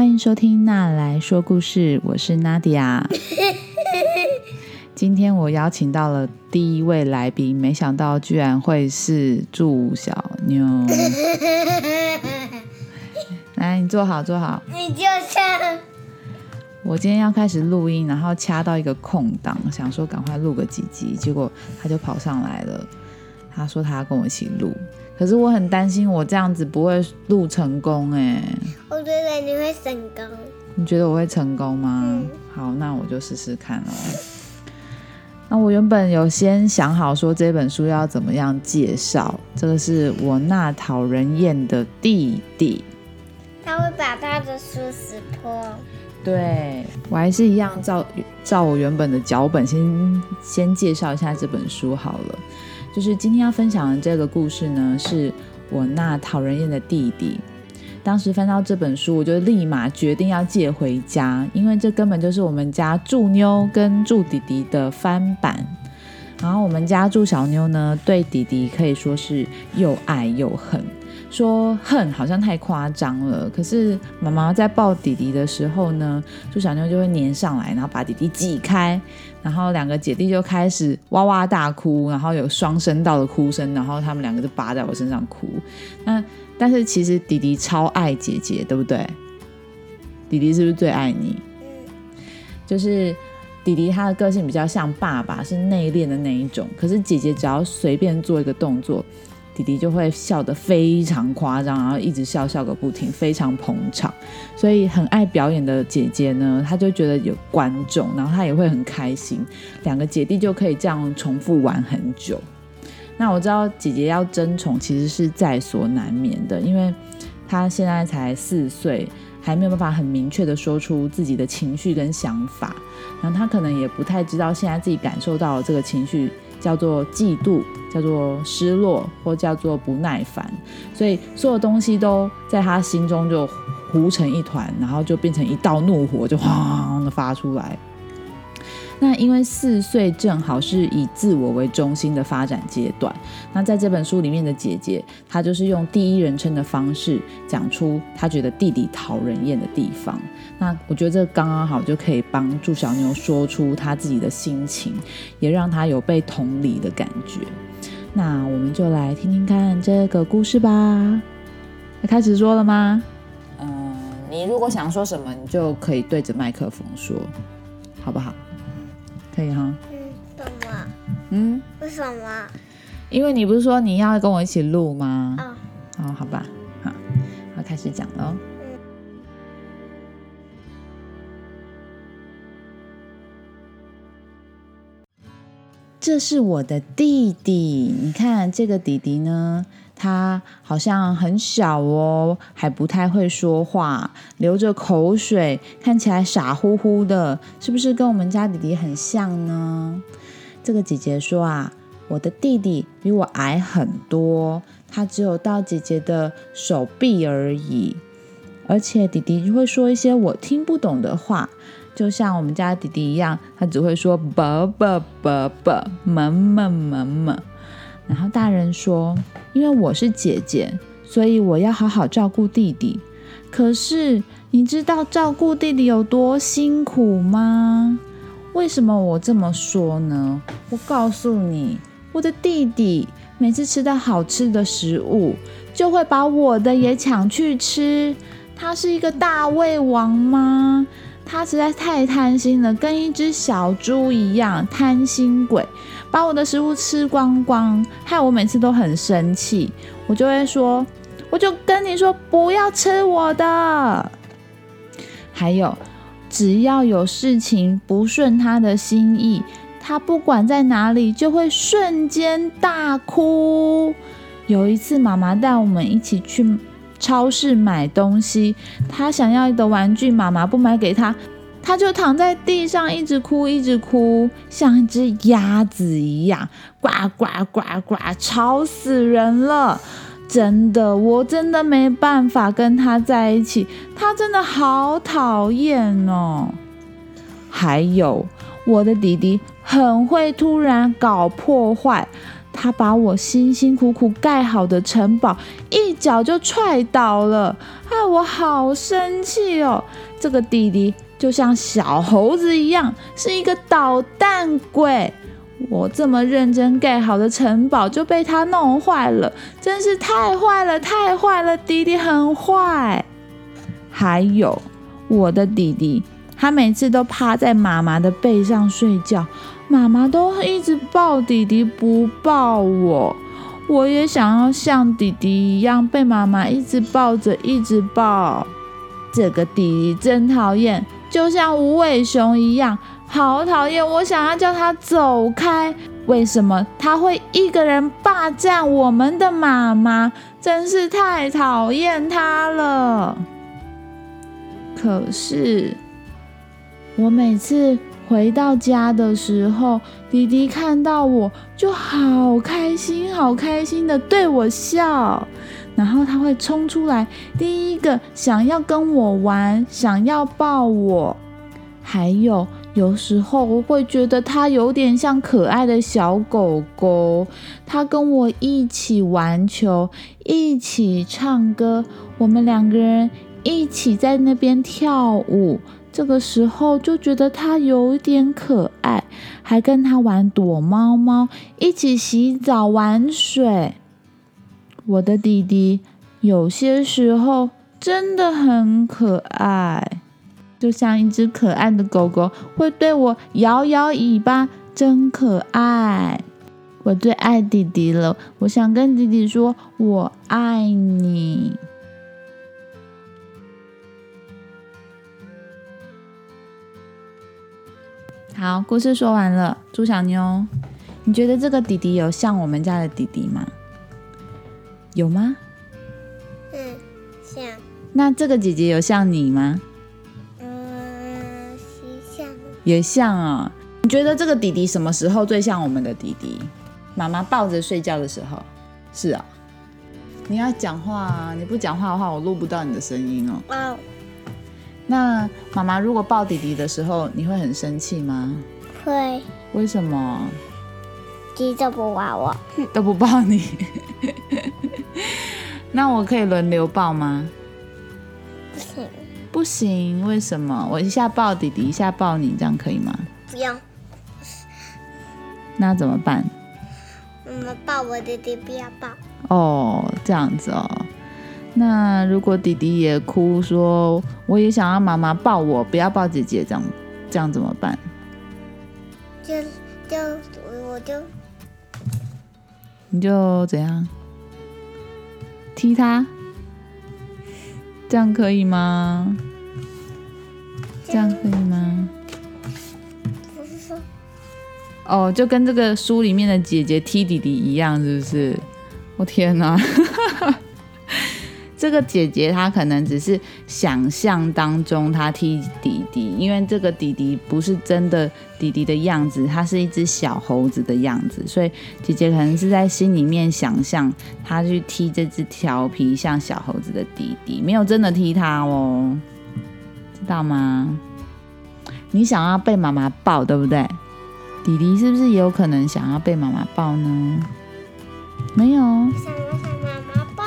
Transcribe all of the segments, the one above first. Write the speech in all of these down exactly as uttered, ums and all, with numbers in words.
欢迎收听娜来说故事，我是 Nadia。 今天我邀请到了第一位来宾，没想到居然会是祝小妞。来，你坐好坐好。 你就像我今天要开始录音，然后掐到一个空档，想说赶快录个几集，结果他就跑上来了，他说他要跟我一起录，可是我很担心我这样子不会录成功耶。 我觉得你会成功。 你觉得我会成功吗？ 嗯、 好，那我就试试看哦。那我原本有先想好说这本书要怎么样介绍，这个是我那讨人厌的弟弟， 他会把他的书撕破。 对，我还是一样照照我原本的脚本先先介绍一下这本书好了。就是今天要分享的这个故事呢，是我那讨人厌的弟弟。当时翻到这本书，我就立马决定要借回家，因为这根本就是我们家祝妞跟祝弟弟的翻版。然后我们家祝小妞呢，对弟弟可以说是又爱又恨。说恨好像太夸张了，可是妈妈在抱弟弟的时候呢，祝小妞就会黏上来，然后把弟弟挤开，然后两个姐弟就开始哇哇大哭，然后有双声道的哭声，然后他们两个就扒在我身上哭。那但是其实弟弟超爱姐姐，对不对？弟弟是不是最爱你？就是弟弟他的个性比较像爸爸，是内敛的那一种，可是姐姐只要随便做一个动作，弟弟就会笑得非常夸张，然后一直笑笑个不停，非常捧场。所以很爱表演的姐姐呢，她就觉得有观众，然后她也会很开心，两个姐弟就可以这样重复玩很久。那我知道姐姐要争宠其实是在所难免的，因为她现在才四岁，还没有办法很明确的说出自己的情绪跟想法，然后她可能也不太知道现在自己感受到的这个情绪叫做嫉妒，叫做失落，或叫做不耐烦，所以所有东西都在她心中就糊成一团，然后就变成一道怒火，就轰的发出来。那因为四岁正好是以自我为中心的发展阶段，那在这本书里面的姐姐，她就是用第一人称的方式讲出她觉得弟弟讨人厌的地方。那我觉得这刚刚好就可以帮祝小妞说出她自己的心情，也让她有被同理的感觉。那我们就来听听看这个故事吧。要开始说了吗？嗯，你如果想说什么，你就可以对着麦克风说，好不好？可以哈。 嗯，什么？ 嗯， 为什么？ 因为你不是说你要跟我一起录吗？ 哦， 哦，好吧，好，要开始讲了。 嗯， 这是我的弟弟，你看这个弟弟呢，他好像很小哦，还不太会说话，流着口水，看起来傻乎乎的，是不是跟我们家弟弟很像呢？这个姐姐说啊，我的弟弟比我矮很多，他只有到姐姐的手臂而已，而且弟弟就会说一些我听不懂的话，就像我们家弟弟一样，他只会说爸爸爸爸妈妈妈妈。然后大人说，因为我是姐姐，所以我要好好照顾弟弟。可是你知道照顾弟弟有多辛苦吗？为什么我这么说呢？我告诉你，我的弟弟每次吃到好吃的食物，就会把我的也抢去吃。他是一个大胃王吗？他实在太贪心了，跟一只小猪一样，贪心鬼，把我的食物吃光光，害我每次都很生气。我就会说，我就跟你说不要吃我的。还有，只要有事情不顺他的心意，他不管在哪里就会瞬间大哭。有一次妈妈带我们一起去超市买东西，他想要的玩具妈妈不买给他，他就躺在地上一直哭一直哭，像一只鸭子一样，呱呱呱呱，吵死人了。真的，我真的没办法跟他在一起，他真的好讨厌哦。还有，我的弟弟很会突然搞破坏， 他把我辛辛苦苦盖好的城堡一脚就踹倒了，害我好生气哦。这个弟弟就像小猴子一样，是一个捣蛋鬼。我这么认真盖好的城堡就被他弄坏了，真是太坏了，太坏了！弟弟很坏。还有我的弟弟，他每次都趴在妈妈的背上睡觉，妈妈都一直抱弟弟不抱我。我也想要像弟弟一样被妈妈一直抱着一直抱。这个弟弟真讨厌，就像无尾熊一样，好讨厌，我想要叫他走开。为什么他会一个人霸占我们的妈妈？真是太讨厌他了。可是我每次回到家的时候，弟弟看到我就好开心好开心的对我笑，然后他会冲出来，第一个想要跟我玩，想要抱我。还有有时候我会觉得他有点像可爱的小狗狗，他跟我一起玩球，一起唱歌，我们两个人一起在那边跳舞，这个时候就觉得他有点可爱，还跟他玩躲猫猫，一起洗澡玩水。我的弟弟有些时候真的很可爱，就像一只可爱的狗狗，会对我摇摇尾巴，真可爱。我最爱弟弟了，我想跟弟弟说我爱你。好，故事说完了。猪小妞，你觉得这个弟弟有像我们家的弟弟吗？有吗？ 嗯，像。 那这个姐姐有像你吗？ 嗯，像。 也像啊、哦。你觉得这个弟弟什么时候最像我们的弟弟？妈妈抱着睡觉的时候。是啊。你要讲话啊！你不讲话的话，我录不到你的声音哦。 哦。 那妈妈如果抱弟弟的时候，你会很生气吗？ 会。 为什么？ 弟弟都不抱我， 都不抱你。那我可以轮流抱吗？ 不行。 不行，为什么？我一下抱弟弟，一下抱你，这样可以吗？ 不用。 那怎么办？ 妈妈抱我，弟弟不要抱。 哦，这样子哦。那如果弟弟也哭说我也想要妈妈抱我，不要抱姐姐，这样这样怎么办？ 就就我就你就怎样踢他？这样可以吗？这样可以吗？ 不是说哦，就跟这个书里面的姐姐踢弟弟一样，是不是？我、哦、天哪！这个姐姐她可能只是想象当中她踢弟弟，因为这个弟弟不是真的弟弟的样子，他是一只小猴子的样子，所以姐姐可能是在心里面想象她去踢这只调皮像小猴子的弟弟，没有真的踢他哦，知道吗？你想要被妈妈抱，对不对？弟弟是不是也有可能想要被妈妈抱呢？没有。 想要想妈妈抱。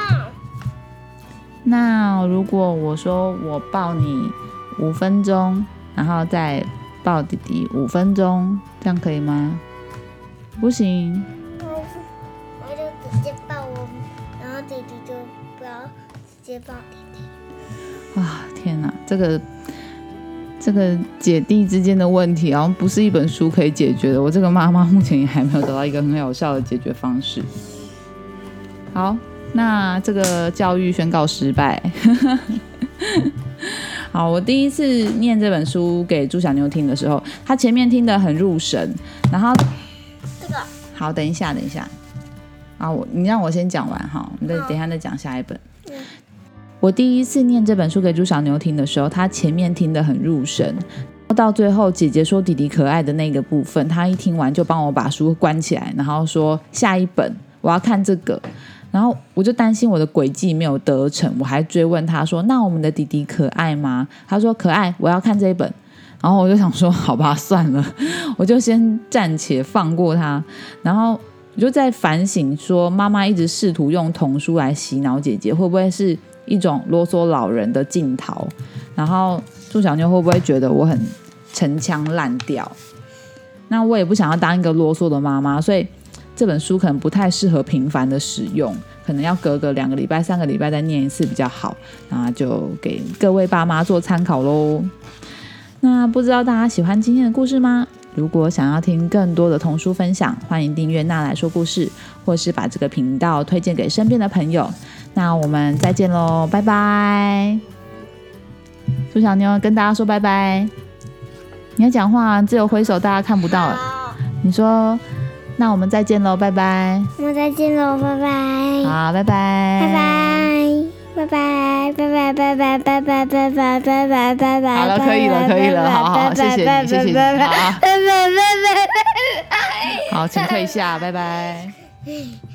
那如果我说我抱你五分钟，然后再抱弟弟五分钟，这样可以吗？不行。 我我就直接抱我，然后弟弟就不要直接抱弟弟。 啊，天哪，这个这个姐弟之间的问题好像不是一本书可以解决的。我这个妈妈目前也还没有找到一个很有效的解决方式。好，那这个教育宣告失败。好，我第一次念这本书给猪小妞听的时候，她前面听得很入神，然后这个好，等一下，等一下，啊，我你让我先讲完哈，你再等一下再讲下一本。 嗯、 我第一次念这本书给猪小妞听的时候，她前面听得很入神，到最后姐姐说弟弟可爱的那个部分，她一听完就帮我把书关起来，然后说下一本我要看这个。然后我就担心我的诡计没有得逞，我还追问他说那我们的弟弟可爱吗？他说可爱，我要看这一本。然后我就想说好吧，算了，我就先暂且放过他。然后我就在反省说，妈妈一直试图用童书来洗脑姐姐，会不会是一种啰嗦老人的镜头？然后祝小妞会不会觉得我很陈腔滥调？那我也不想要当一个啰嗦的妈妈，所以这本书可能不太适合频繁的使用，可能要隔个两个礼拜、三个礼拜再念一次比较好。那就给各位爸妈做参考咯。那不知道大家喜欢今天的故事吗？如果想要听更多的童书分享，欢迎订阅娜来说故事，或是把这个频道推荐给身边的朋友。那我们再见咯，拜拜。朱小妞跟大家说拜拜。你要讲话，只有挥手，大家看不到。你说，那我们再见咯，拜拜。 我们再见咯，拜拜。 好，拜拜。 拜拜。拜拜拜拜拜拜拜拜拜拜拜拜拜拜。 好了，可以了，可以了，好好，谢谢你，谢谢你，好， 拜拜拜拜拜拜。 好，请退下，拜拜。